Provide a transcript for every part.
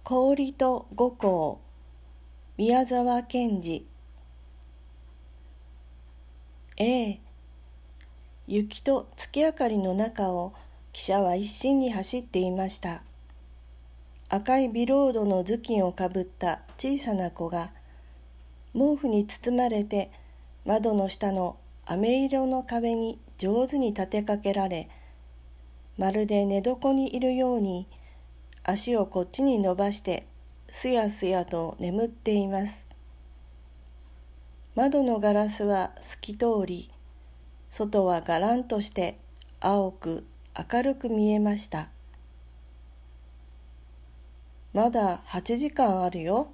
氷と五行、宮沢賢治。雪と月明かりの中を汽車は一心に走っていました。赤いビロードの頭巾をかぶった小さな子が毛布に包まれて窓の下の飴色の壁に上手に立てかけられ、まるで寝床にいるように足をこっちに伸ばしてすやすやと眠っています。窓のガラスは透き通り、外はがらんとして青く明るく見えました。まだ8時間あるよ。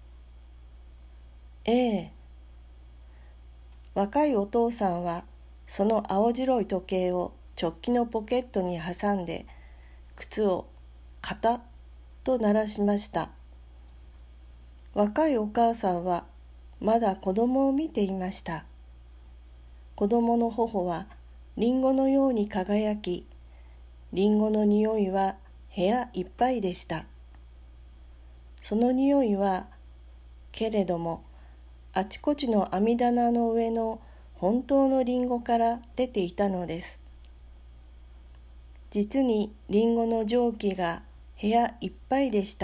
若いお父さんはその青白い時計を直帰のポケットに挟んで靴をカタッと鳴らしました。若いお母さんはまだ子供を見ていました。子供の頬はリンゴのように輝き、リンゴの匂いは部屋いっぱいでした。その匂いはけれどもあちこちの網棚の上の本当のリンゴから出ていたのです。実にリンゴの蒸気が部屋いっぱいでした。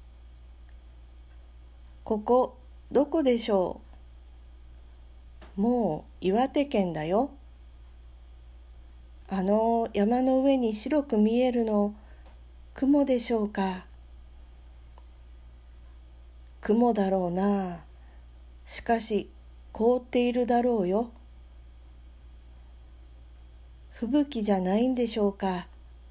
ここどこでしょう。もう岩手県だよ。あの山の上に白く見えるの雲でしょうか。雲だろうな。しかし凍っているだろうよ。吹雪じゃないんでしょうか。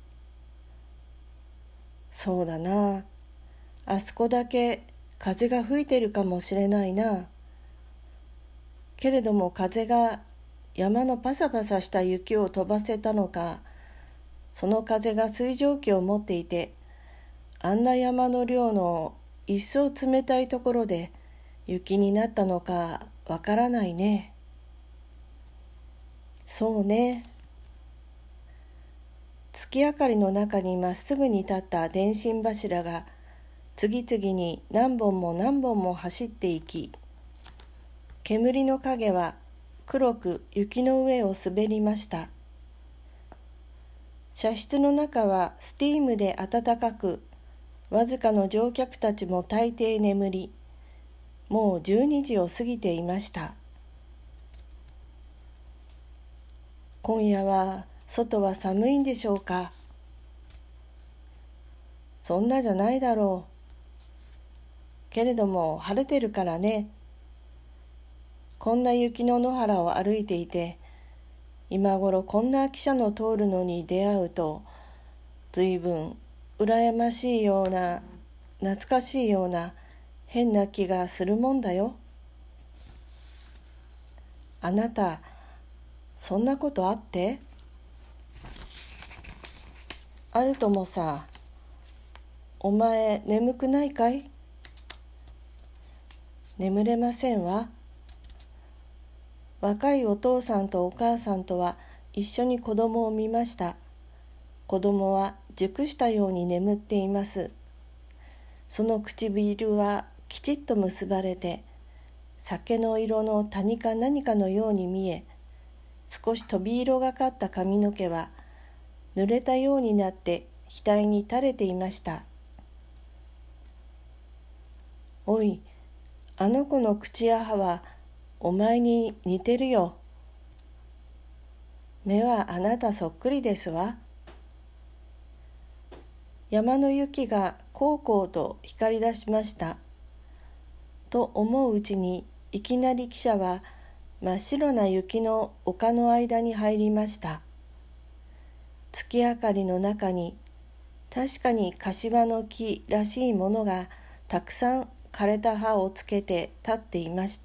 そうだな。あそこだけ風が吹いてるかもしれないな。けれども風が山のパサパサした雪を飛ばせたのか、その風が水蒸気を持っていて、あんな山の量の一層冷たいところで雪になったのかわからないね。そうね。月明かりの中にまっすぐに立った電信柱が次々に何本も何本も走っていき、煙の影は黒く雪の上を滑りました。車室の中はスティームで暖かく、わずかの乗客たちも大抵眠り、もう12時を過ぎていました。今夜は外は寒いんでしょうか。そんなじゃないだろう。けれども晴れてるからね。こんな雪の野原を歩いていて、今頃こんな汽車の通るのに出会うと、ずいぶん羨ましいような、懐かしいような変な気がするもんだよ。あなた、そんなことあって？あるともさ、お前眠くないかい？眠れませんわ。若いお父さんとお母さんとは一緒に子供を見ました。子供は熟したように眠っています。その唇はきちっと結ばれて、酒の色の谷か何かのように見え、少し飛び色がかった髪の毛は濡れたようになって額に垂れていました。おい、あの子の口や歯はお前に似てるよ。目はあなたそっくりですわ。山の雪がこうこうと光り出しました。と思ううちにいきなり汽車は真っ白な雪の丘の間に入りました。月明かりの中に確かに柏の木らしいものがたくさん枯れた葉をつけて立っていました。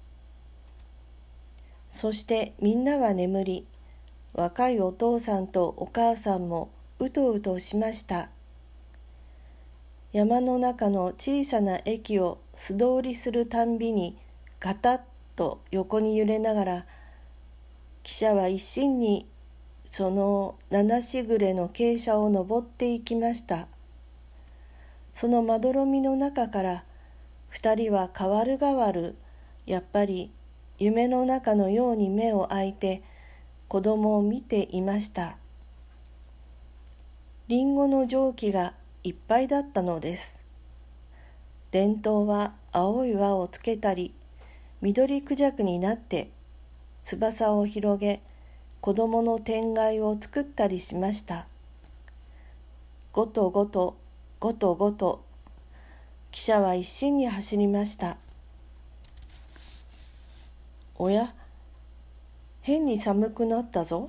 そしてみんなは眠り、若いお父さんとお母さんもうとうとしました。山の中の小さな駅を素通りするたんびにガタッと横に揺れながら、汽車は一心にその七しぐれの傾斜を登っていきました。 そのまどろみの中から二人は変わる変わる、やっぱり夢の中のように目を開いて子供を見ていました。りんごの蒸気がいっぱいだったのです。伝統は青い輪をつけたり、緑クジャクになって翼を広げ、子供の天蓋を作ったりしました。ごとごと、ごとごと、汽車は一心に走りました。おや、変に寒くなったぞ。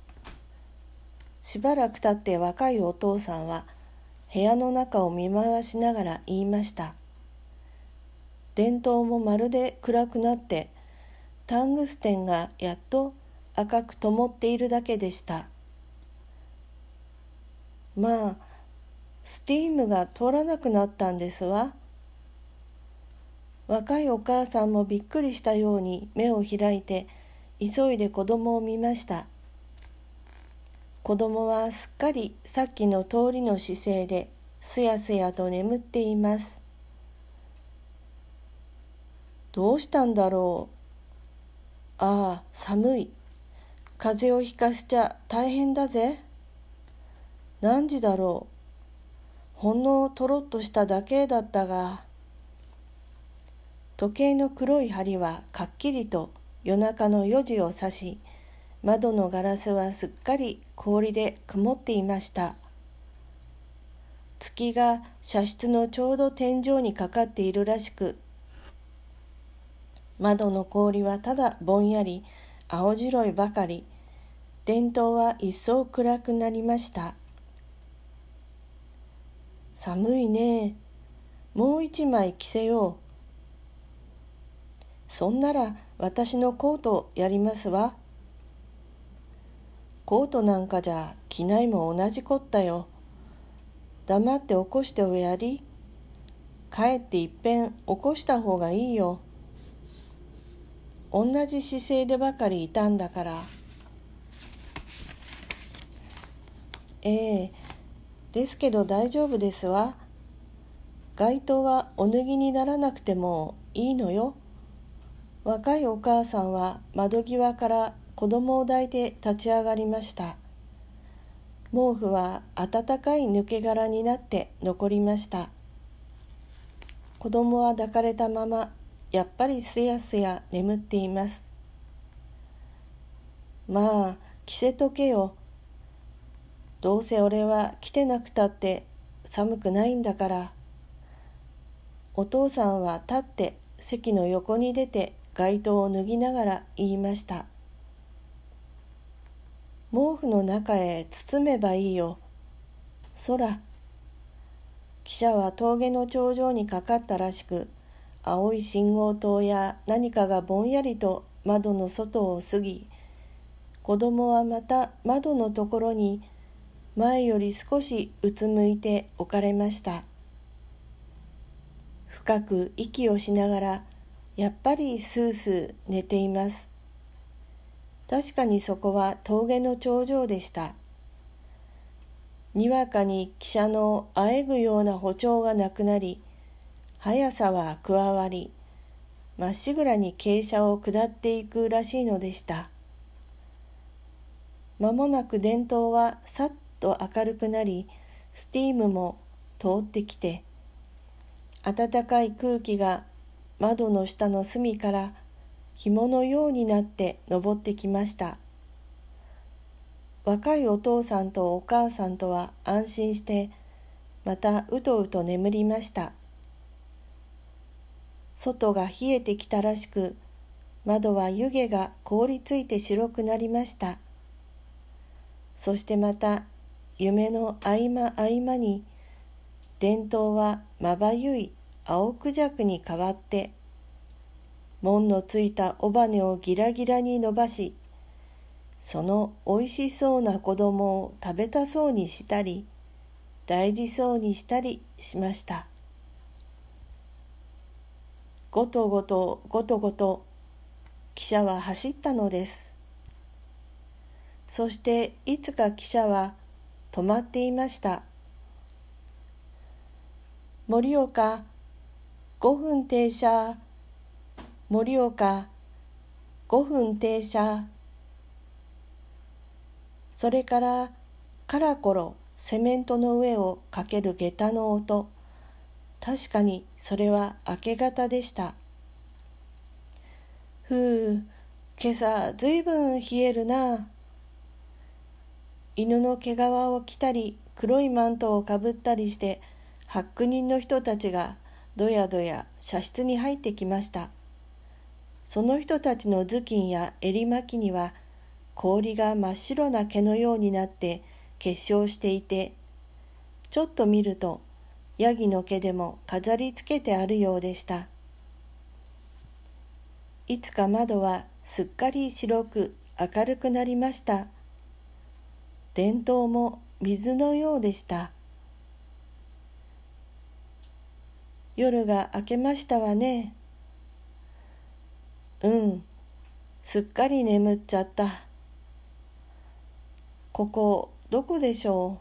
しばらく経って若いお父さんは部屋の中を見回しながら言いました。電灯もまるで暗くなって、タングステンがやっと赤く灯っているだけでした。まあ、スティームが通らなくなったんですわ。若いお母さんもびっくりしたように目を開いて、急いで子供を見ました。子供はすっかりさっきの通りの姿勢ですやすやと眠っています。どうしたんだろう。ああ、寒い。風邪をひかせちゃ大変だぜ。何時だろう。ほんのとろっとしただけだったが。時計の黒い針はかっきりと夜中の4時を指し、窓のガラスはすっかり氷で曇っていました。月が射室のちょうど天井にかかっているらしく、窓の氷はただぼんやり青白いばかり、電灯は一層暗くなりました。寒いね。もう一枚着せよう。そんなら私のコートやりますわ。コートなんかじゃ着ないも同じこったよ。黙って起こしておやり。帰っていっぺん起こした方がいいよ。同じ姿勢でばかりいたんだから。ですけど大丈夫ですわ。街灯はお脱ぎにならなくてもいいのよ。若いお母さんは窓際から子供を抱いて立ち上がりました。毛布は暖かい抜け殻になって残りました。子供は抱かれたまま、やっぱりすやすや眠っています。まあ、着せとけよ。どうせ俺は着てなくたって寒くないんだから。お父さんは立って席の横に出て街灯を脱ぎながら言いました。毛布の中へ包めばいいよ。そら。汽車は峠の頂上にかかったらしく、青い信号灯や何かがぼんやりと窓の外を過ぎ、子供はまた窓のところに前より少しうつむいて置かれました。深く息をしながら、やっぱりスースー寝ています。確かにそこは峠の頂上でした。にわかに汽車のあえぐような歩調がなくなり、速さは加わり、まっしぐらに傾斜を下っていくらしいのでした。まもなく電灯はさっと明るくなり、スティームも通ってきて、暖かい空気が窓の下の隅から紐のようになって昇ってきました。若いお父さんとお母さんとは安心して、またうとうと眠りました。外が冷えてきたらしく、窓は湯気が凍りついて白くなりました。そしてまた夢の合間合間に、電灯はまばゆい青クジャクに変わって、門のついた尾羽をギラギラに伸ばし、そのおいしそうな子供を食べたそうにしたり、大事そうにしたりしました。ごとごとごとごと、汽車は走ったのです。そしていつか汽車は止まっていました。 盛岡、5分停車。盛岡、5分停車。それからカラコロセメントの上をかける下駄の音。確かにそれは明け方でした。ふう、今朝ずいぶん冷えるな。犬の毛皮を着たり黒いマントをかぶったりして8、9人の人たちがどやどや車室に入ってきました。その人たちの頭巾や襟巻きには氷が真っ白な毛のようになって結晶していて、ちょっと見るとヤギの毛でも飾りつけてあるようでした。いつか窓はすっかり白く明るくなりました。電灯も水のようでした。夜が明けましたわね。すっかり眠っちゃった。ここどこでしょ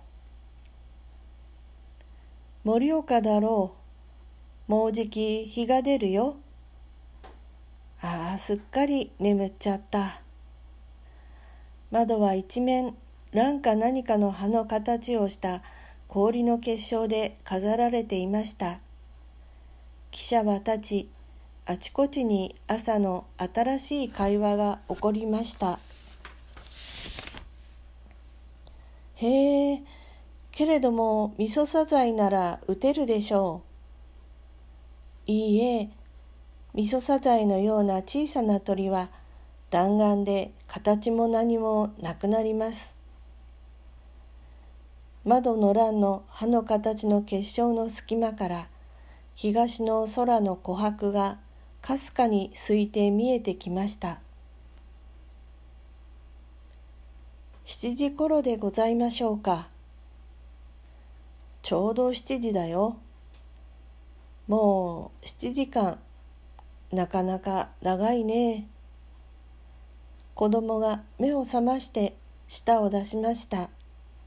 う。盛岡だろう。もうじき日が出るよ。ああ、すっかり眠っちゃった。窓は一面蘭か何かの葉の形をした氷の結晶で飾られていました。汽車は立ち、あちこちに朝の新しい会話が起こりました。へえ、けれども味噌サザエなら打てるでしょう。いいえ、味噌サザエのような小さな鳥は弾丸で形も何もなくなります。窓の欄の葉の形の結晶の隙間から東の空の琥珀がかすかに空いて見えてきました。7時頃でございましょうか。ちょうど7時だよ。もう7時間、なかなか長いね。子供が目を覚まして舌を出しました。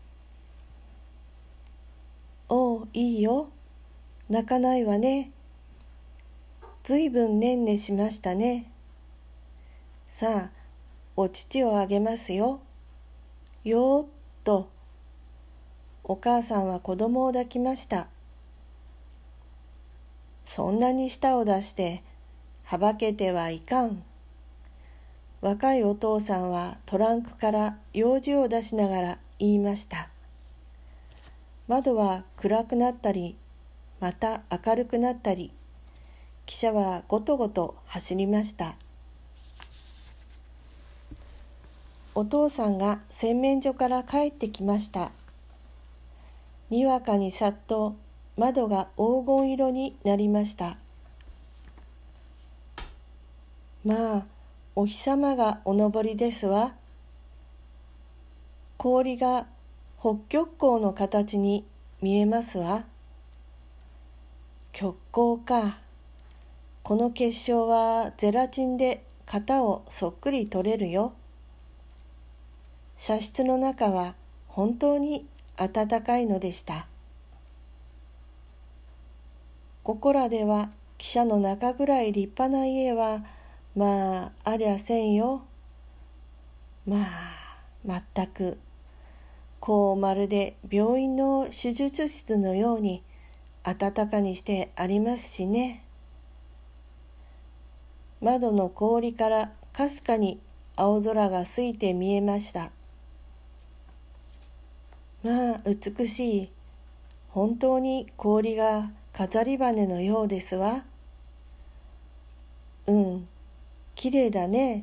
おう、いいよ。泣かないわね。ずいぶんねんねしましたね。さあ、お乳をあげますよ。よーっと。お母さんは子供を抱きました。そんなに舌を出してはばけてはいかん。若いお父さんはトランクから用事を出しながら言いました。窓は暗くなったり、また明るくなったり、汽車はごとごと走りました。お父さんが洗面所から帰ってきました。にわかにさっと窓が黄金色になりました。まあ、お日様がお昇りですわ。氷が北極光の形に見えますわ。極光か。この結晶はゼラチンで型をそっくり取れるよ。車室の中は本当に暖かいのでした。ここらでは汽車の中ぐらい立派な家はまあありゃせんよ。まったくこうまるで病院の手術室のように暖かにしてありますしね。窓の氷からかすかに青空がすいて見えました。まあ美しい。本当に氷が飾り羽のようですわ。きれいだね。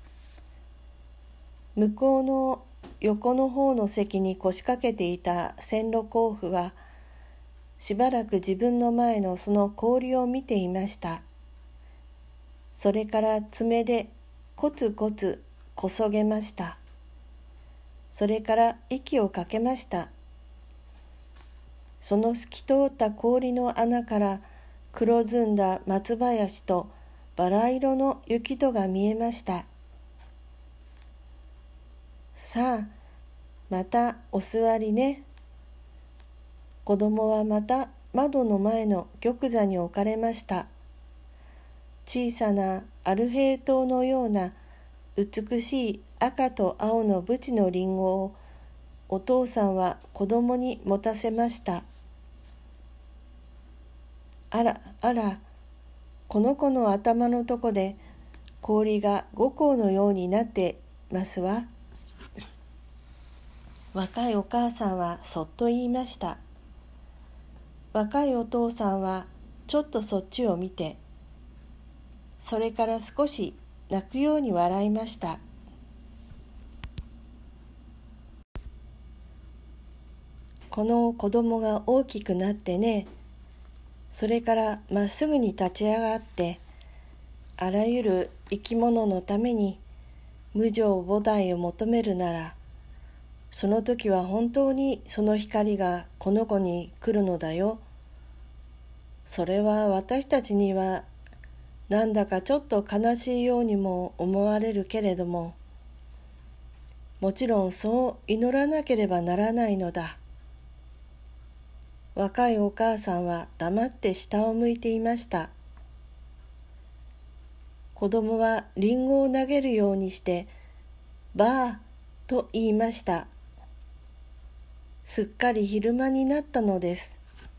向こうの横の方の席に腰掛けていた線路工夫はしばらく自分の前のその氷を見ていました。それから爪でコツコツこそげました。それから息をかけました。その透き通った氷の穴から黒ずんだ松林とバラ色の雪戸が見えました。さあ、またお座りね。子供はまた窓の前の玉座に置かれました。小さなアルヘイトウのような美しい赤と青のブチのリンゴをお父さんは子供に持たせました。あらあら、この子の頭のとこで氷が5個のようになってますわ。若いお母さんはそっと言いました。若いお父さんはちょっとそっちを見て、それから少し泣くように笑いました。この子供が大きくなってね、それからまっすぐに立ち上がって、あらゆる生き物のために無常菩提を求めるなら、その時は本当にその光がこの子に来るのだよ。それは私たちにはなんだかちょっと悲しいようにも思われるけれども、もちろんそう祈らなければならないのだ。若いお母さんは黙って下を向いていました。子供はリンゴを投げるようにして、バーと言いました。すっかり昼間になったのです。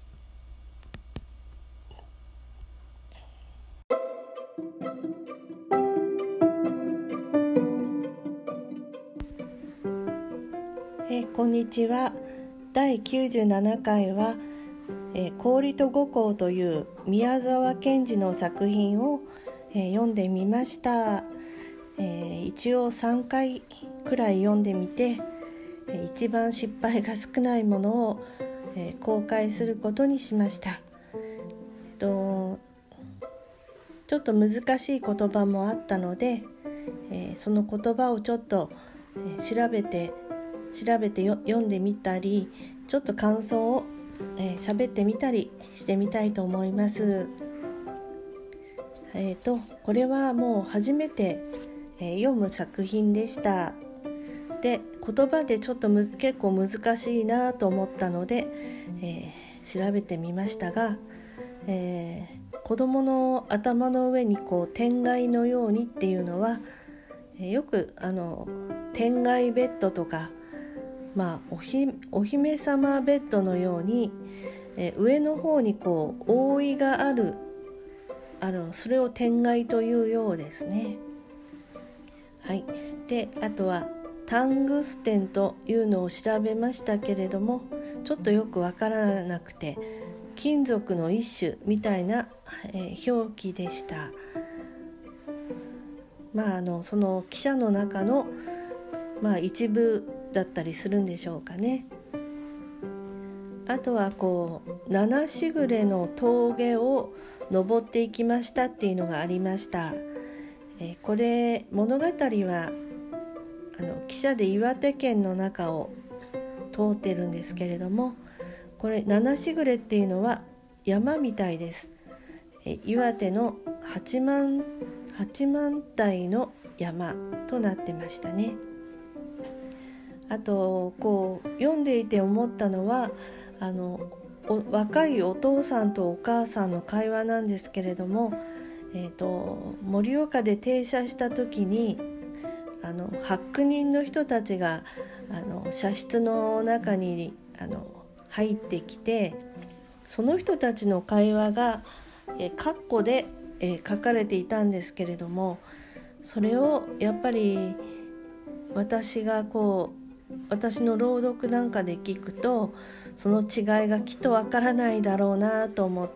こんにちは。第97回は氷と五行という宮沢賢治の作品を読んでみました。一応3回くらい読んでみて、一番失敗が少ないものを公開することにしました。ちょっと難しい言葉もあったので、その言葉をちょっと調べて読んでみたり、ちょっと感想を喋ってみたりしてみたいと思います。これはもう初めて、読む作品でした。で、言葉でちょっと結構難しいなと思ったので、調べてみましたが、子供の頭の上に天蓋のようにっていうのは、よく天蓋ベッドとか、お姫様ベッドのように、上の方に覆いがある、それを天蓋というようですね。はい。で、あとはタングステンというのを調べましたけれども、ちょっとよくわからなくて、金属の一種みたいな、表記でした。その記者の中の、一部だったりするんでしょうかね。あとは七しぐれの峠を登っていきましたっていうのがありました。これ物語は汽車で岩手県の中を通ってるんですけれども、これ七しぐれっていうのは山みたいです。岩手の八幡平の山となってましたね。あと読んでいて思ったのは若いお父さんとお母さんの会話なんですけれども、盛岡で停車した時に8人の人たちが車室の中に入ってきて、その人たちの会話が括弧で書かれていたんですけれども、それをやっぱり私の朗読なんかで聞くと、その違いがきっとわからないだろうなと思って、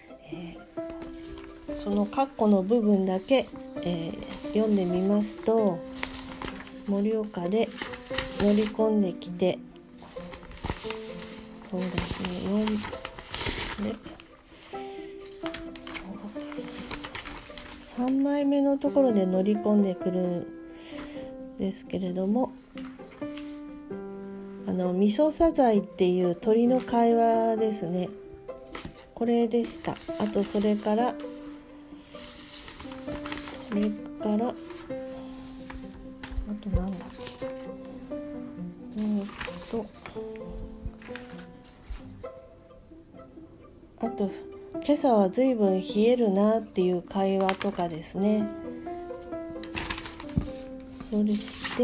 その括弧の部分だけ、読んでみますと、盛岡で乗り込んできて、そうですね、3枚目のところで乗り込んでくるんですけれども、ミソサザイっていう鳥の会話ですね。これでした。あとそれからあとなんだっけ、 あと今朝はずいぶん冷えるなっていう会話とかですね。そして、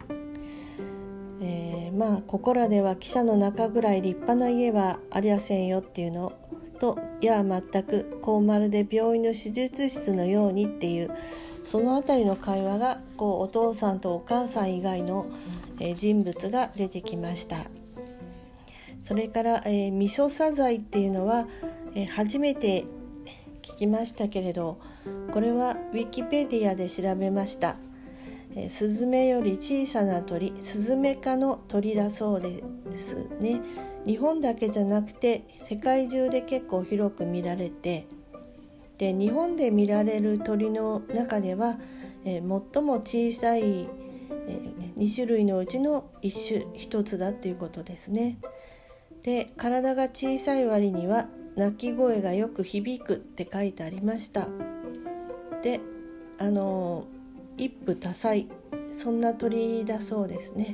ここらでは汽車の中ぐらい立派な家はありゃせんよっていうのと、いや全くこうまるで病院の手術室のようにっていう、そのあたりの会話がお父さんとお母さん以外の、人物が出てきました。それから、味噌サザイっていうのは、初めて聞きましたけれど、これはウィキペディアで調べました。スズメより小さな鳥、スズメ科の鳥だそうですね。日本だけじゃなくて世界中で結構広く見られて、で日本で見られる鳥の中では、最も小さい、2種類のうちの1つだということですね。で体が小さい割には鳴き声がよく響くって書いてありました。で一夫多妻、そんな鳥だそうですね。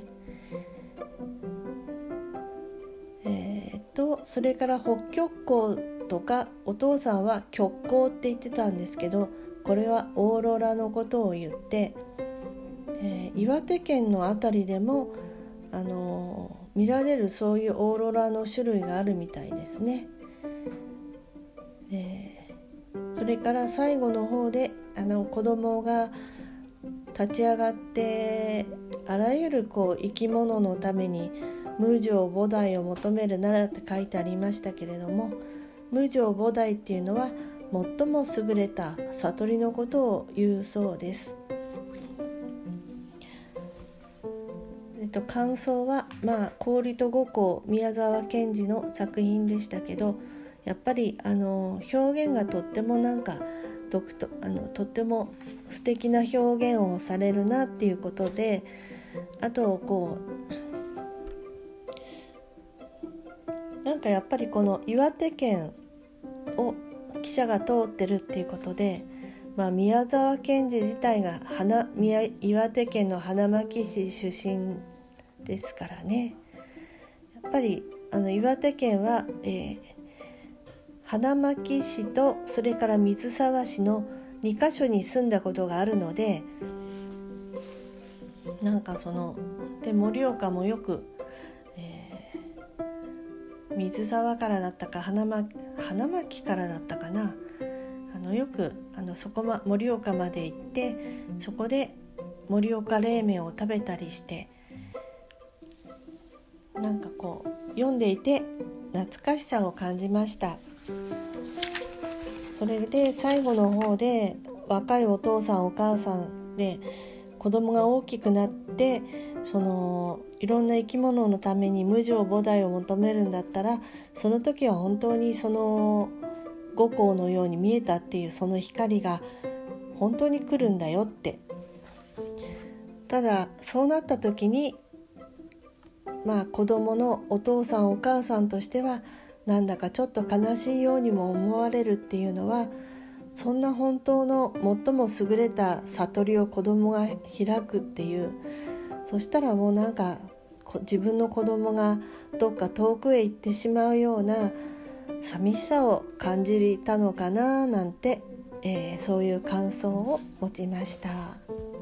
それから北極光とか、お父さんは極光って言ってたんですけど、これはオーロラのことを言って、岩手県のあたりでも見られるそういうオーロラの種類があるみたいですね。それから最後の方で子供が立ち上がって、あらゆる生き物のために無常菩提を求めるならって書いてありましたけれども、無常菩提っていうのは最も優れた悟りのことを言うそうです。感想は、氷と五行、宮沢賢治の作品でしたけど、やっぱり表現がとってもとっても素敵な表現をされるなっていうことで、あとやっぱりこの岩手県を汽車が通ってるっていうことで、宮沢賢治自体が岩手県の花巻市出身ですからね。やっぱり岩手県は、花巻市とそれから水沢市の2カ所に住んだことがあるので、で盛岡もよく、水沢からだったか花巻からだったかな、よく盛岡まで行って、そこで盛岡冷麺を食べたりして、読んでいて懐かしさを感じました。それで最後の方で若いお父さんお母さんで子供が大きくなって、いろんな生き物のために無常菩提を求めるんだったら、その時は本当にその五光のように見えたっていう、その光が本当に来るんだよって。ただそうなった時に子供のお父さんお母さんとしてはなんだかちょっと悲しいようにも思われるっていうのは、そんな本当の最も優れた悟りを子供が開くっていう、そしたらもう自分の子供がどっか遠くへ行ってしまうような寂しさを感じたのかななんて、そういう感想を持ちました。